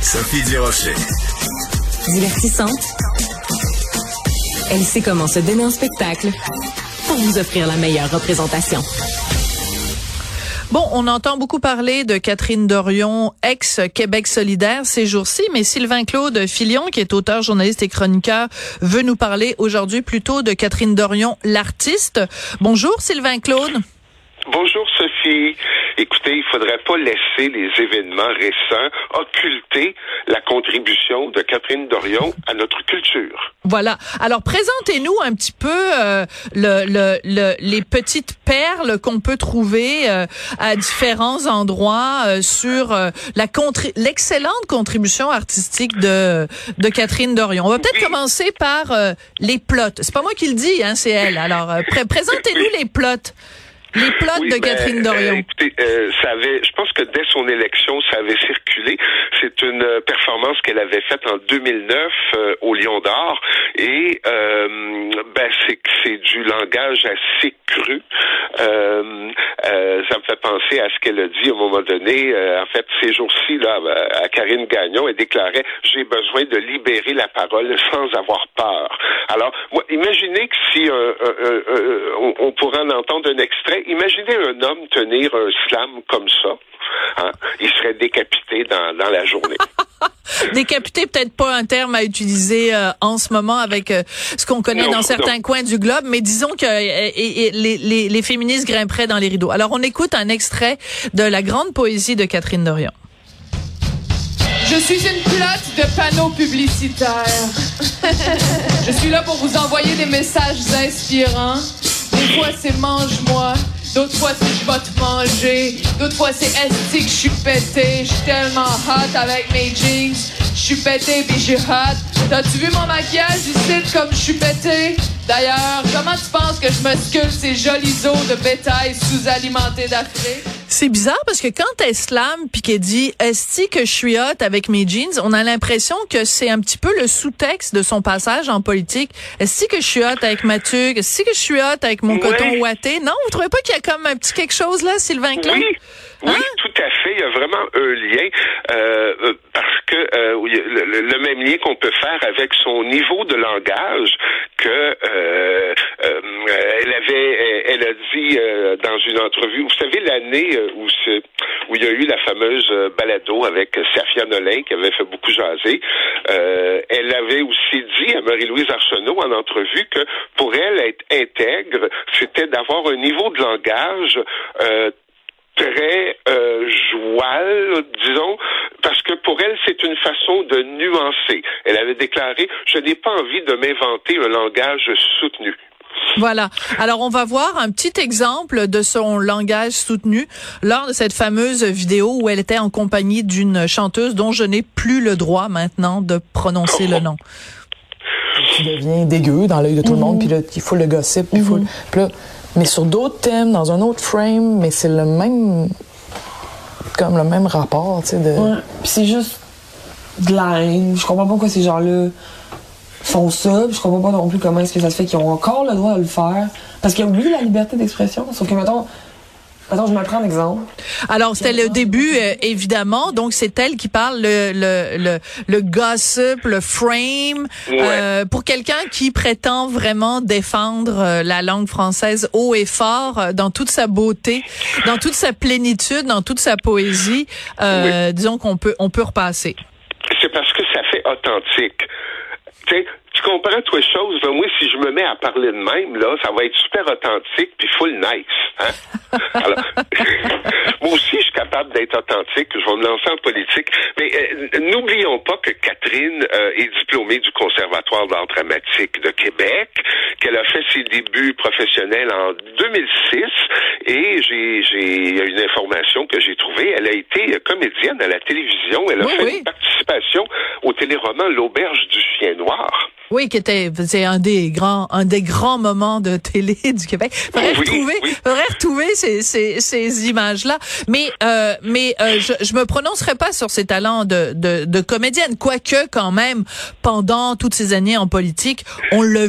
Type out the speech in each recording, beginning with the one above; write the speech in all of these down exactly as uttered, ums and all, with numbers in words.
Sophie Durocher. Divertissante. Elle sait comment se donner en spectacle pour vous offrir la meilleure représentation. Bon, on entend beaucoup parler de Catherine Dorion, ex-Québec solidaire ces jours-ci, mais Sylvain-Claude Filion, qui est auteur, journaliste et chroniqueur, veut nous parler aujourd'hui plutôt de Catherine Dorion, l'artiste. Bonjour Sylvain-Claude. Bonjour Sophie. Écoutez, il faudrait pas laisser les événements récents occulter la contribution de Catherine Dorion à notre culture. Voilà. Alors, présentez-nous un petit peu euh, le, le, le, les petites perles qu'on peut trouver euh, à différents endroits euh, sur euh, la contri- l'excellente contribution artistique de, de Catherine Dorion. On va peut-être oui. commencer par euh, les plots. C'est pas moi qui le dis, hein, c'est elle. Alors, euh, pr- présentez-nous oui. les plots. Les plots oui, de ben, Catherine Dorion. Euh, écoutez, euh, ça avait, je pense que dès son élection, ça avait circulé. C'est une euh, performance qu'elle avait faite en deux mille neuf euh, au Lion d'Or, et euh, ben c'est c'est du langage assez cru. Euh, euh, ça me fait penser à ce qu'elle a dit à un moment donné. Euh, en fait, ces jours-ci là, à Karine Gagnon, elle déclarait: j'ai besoin de libérer la parole sans avoir peur. Alors, moi, imaginez que si euh, euh, euh, on, on pourrait en entendre un extrait. Imaginez un homme tenir un slam comme ça. Hein? Il serait décapité dans, dans la journée. Décapité, peut-être pas un terme à utiliser euh, en ce moment avec euh, ce qu'on connaît non, dans certains non. coins du globe, mais disons que euh, et, et, les, les, les féministes grimperaient dans les rideaux. Alors, on écoute un extrait de la grande poésie de Catherine Dorion. Je suis une plaque de panneaux publicitaires. Je suis là pour vous envoyer des messages inspirants. Des fois c'est mange-moi, d'autres fois c'est je vais te manger, d'autres fois c'est esti que je suis pété, je suis tellement hot avec mes jeans, je suis pété pis je suis hot. T'as-tu vu mon maquillage ici comme je suis pété? D'ailleurs, comment tu penses que je me sculpte ces jolis os de bétail sous-alimentés d'Afrique? C'est bizarre parce que quand elle slame puis qu'elle dit esti que je suis hot avec mes jeans, on a l'impression que c'est un petit peu le sous-texte de son passage en politique. Esti que je suis hot avec ma tuque, esti que je suis hot avec mon ouais. coton ouaté. Non, vous trouvez pas qu'il y a comme un petit quelque chose là, Sylvain Claude? Oui. Oui, hein? Tout à fait. Il y a vraiment un lien euh, parce que euh, le, le même lien qu'on peut faire avec son niveau de langage que euh, euh, elle avait, elle a dit euh, dans une entrevue. Vous savez l'année où c'est, où il y a eu la fameuse balado avec Safia Nolin qui avait fait beaucoup jaser. Euh, elle avait aussi dit à Marie-Louise Arsenault en entrevue que pour elle être intègre, c'était d'avoir un niveau de langage euh, très euh, joual, disons, parce que pour elle, c'est une façon de nuancer. Elle avait déclaré « Je n'ai pas envie de m'inventer un langage soutenu ». Voilà. Alors, on va voir un petit exemple de son langage soutenu lors de cette fameuse vidéo où elle était en compagnie d'une chanteuse dont je n'ai plus le droit maintenant de prononcer oh. le nom. Qui devient dégueu dans l'œil de tout mmh. le monde, puis là, il faut le gossip, puis il mmh. faut... Puis là, mais sur d'autres thèmes, dans un autre frame, mais c'est le même, comme le même rapport, tu sais, de... Ouais, puis c'est juste de la haine. Je comprends pas pourquoi ces gens-là font ça, puis je comprends pas non plus comment est-ce que ça se fait qu'ils ont encore le droit de le faire. Parce qu'il y a oui, la liberté d'expression, sauf que, mettons, Attends, je me prends un exemple. Alors, c'était le début, euh, évidemment. Donc, c'est elle qui parle le le le, le gossip, le frame. Ouais. Euh, pour quelqu'un qui prétend vraiment défendre euh, la langue française haut et fort, euh, dans toute sa beauté, dans toute sa plénitude, dans toute sa poésie, euh, oui. disons qu'on peut on peut repasser. C'est parce que ça fait authentique. Tu sais, tu comprends toi chose, là, moi, si je me mets à parler de même, là, ça va être super authentique puis full nice. Hein? Alors, moi aussi, je suis capable d'être authentique, je vais me lancer en politique. Mais euh, n'oublions pas que Catherine euh, est diplômée du Conservatoire d'art dramatique de Québec, qu'elle a fait ses débuts professionnels en deux mille six, et j'ai, j'ai une information que j'ai trouvée. Elle a été comédienne à la télévision. Elle a oui, fait oui. une participation au téléroman L'Auberge du Chien Noir. Oui, qui était, c'est un des grands, un des grands moments de télé du Québec. Faudrait oui, retrouver, oui. faudrait retrouver ces, ces, ces images-là. Mais, euh, mais, euh, je, je me prononcerai pas sur ses talents de, de, de comédienne. Quoique, quand même, pendant toutes ces années en politique, on l'a vu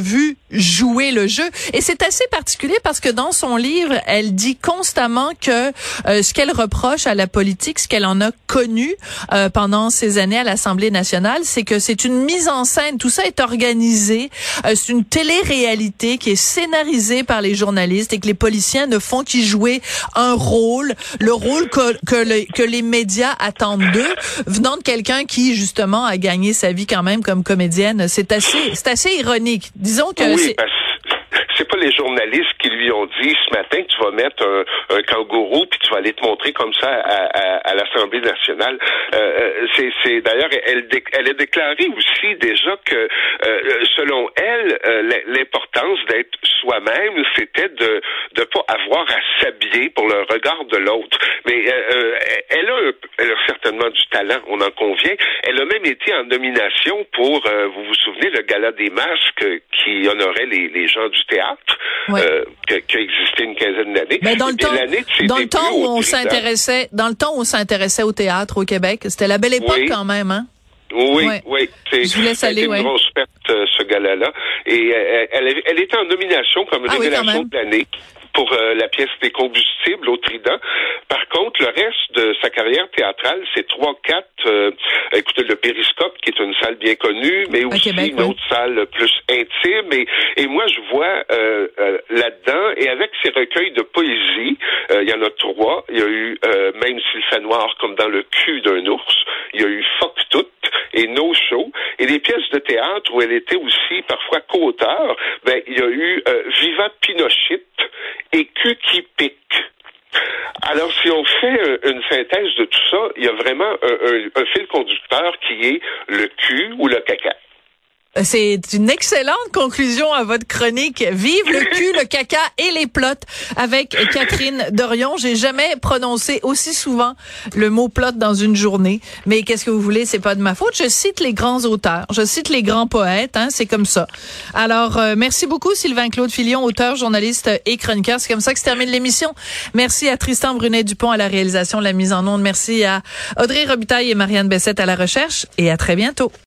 jouer le jeu. Et c'est assez particulier parce que dans son livre, elle dit constamment que euh, ce qu'elle reproche à la politique, ce qu'elle en a connu euh, pendant ces années à l'Assemblée nationale, c'est que c'est une mise en scène. Tout ça est organisé. Euh, c'est une télé-réalité qui est scénarisée par les journalistes et que les policiers ne font qu'y jouer un rôle, le rôle que, que, le, que les médias attendent d'eux, venant de quelqu'un qui, justement, a gagné sa vie quand même comme comédienne. C'est assez, c'est assez ironique. Disons que oui, c'est... Parce... c'est pas les journalistes qui lui ont dit ce matin tu vas mettre un, un kangourou puis tu vas aller te montrer comme ça à, à, à l'Assemblée nationale. Euh, c'est, c'est d'ailleurs elle, elle a déclaré aussi déjà que euh, selon elle euh, l'importance d'être soi-même, c'était de de pas avoir à s'habiller pour le regard de l'autre. Mais euh, elle a elle a certainement du talent, on en convient. Elle a même été en nomination pour euh, vous vous souvenez le gala des masques qui honorait les les gens du théâtre. Ouais. Euh, qui, qui a existé une quinzaine d'années. Mais dans le temps, dans le temps où on s'intéressait, dans le temps où on s'intéressait au théâtre au Québec, c'était la belle époque oui. quand même, hein. Oui, ouais. oui. C'est, Je vous laisse aller, une ouais. grosse perte, euh, ce gala-là. Et euh, elle, elle était en nomination comme ah, révélation oui, de l'année pour euh, la pièce des combustibles au Trident. Par contre, le reste de sa carrière théâtrale, c'est trois, quatre, euh, écoutez, le Périscope, qui est une salle bien connue, mais aussi Québec, une oui. autre salle plus intime. Et, et moi, je vois euh, euh, là-dedans, et avec ses recueils de poésie, euh, il y en a trois. Il y a eu euh, Même s'il fait noir comme dans le cul d'un ours. Il y a eu Fuck tout et No Show. Et les pièces de théâtre où elle était aussi parfois co-auteur, ben, il y a eu euh, Viva Pinochet et Cul qui pique. Alors, si on fait une synthèse de tout ça, il y a vraiment un, un, un fil conducteur qui est le cul ou le caca. C'est une excellente conclusion à votre chronique. Vive le cul, le caca et les plottes avec Catherine Dorion. J'ai jamais prononcé aussi souvent le mot plot dans une journée. Mais qu'est-ce que vous voulez? C'est pas de ma faute. Je cite les grands auteurs. Je cite les grands poètes. Hein, c'est comme ça. Alors, euh, merci beaucoup Sylvain-Claude Filion, auteur, journaliste et chroniqueur. C'est comme ça que se termine l'émission. Merci à Tristan Brunet-Dupont à la réalisation, la mise en onde. Merci à Audrey Robitaille et Marianne Bessette à la recherche. Et à très bientôt.